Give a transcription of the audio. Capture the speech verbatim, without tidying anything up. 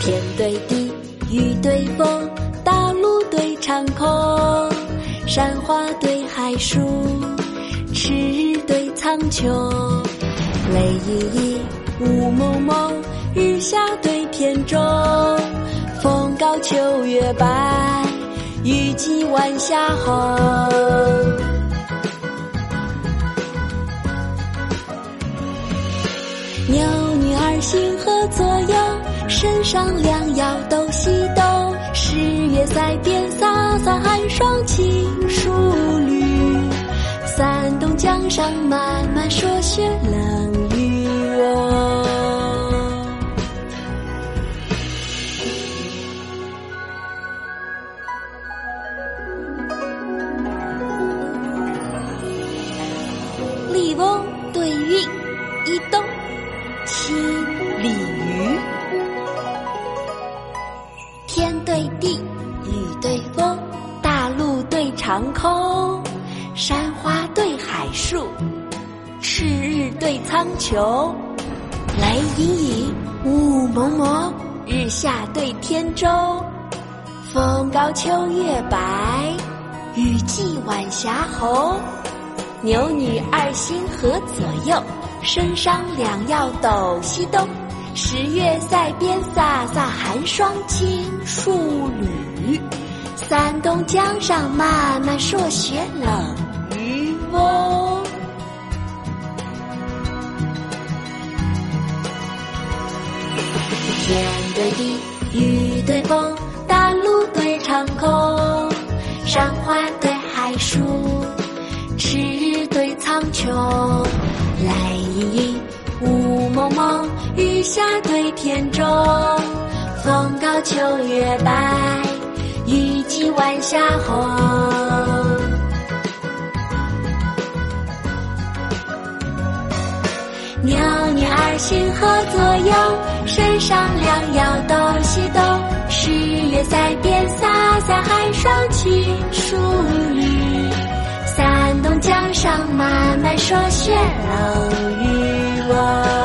天对地，雨对风，大陆对长空，山花对海树，赤日对苍穹。雷隐隐，雾蒙蒙，日下对天中。风高秋月白，雨霁晚霞红。牛女儿行河左右，身上两腰都西东。十月塞边飒飒寒霜尽数缕，山东江上漫漫朔雪冷雨哦。笠翁对韵，一冬清鲤鱼。天对地，雨对风，大陆对长空，山花对海树，赤日对苍穹。雷隐隐，雾蒙蒙，日下对天中。风高秋月白，雨霁晚霞红。牛女二星河左右，身上两腰斗西东。十月塞边飒飒寒霜尽数缕，山东江上漫漫朔雪冷渔翁。天对地，雨对风，大陆对长空，山花对海树，赤日对苍穹。雷隐隐，雾蒙蒙，雨下对天中。风高秋月白，雨霁晚霞红。牛女儿行河左右，身上两腰斗西东。十月塞边飒飒寒霜尽数缕，山东江上漫漫朔雪冷渔翁。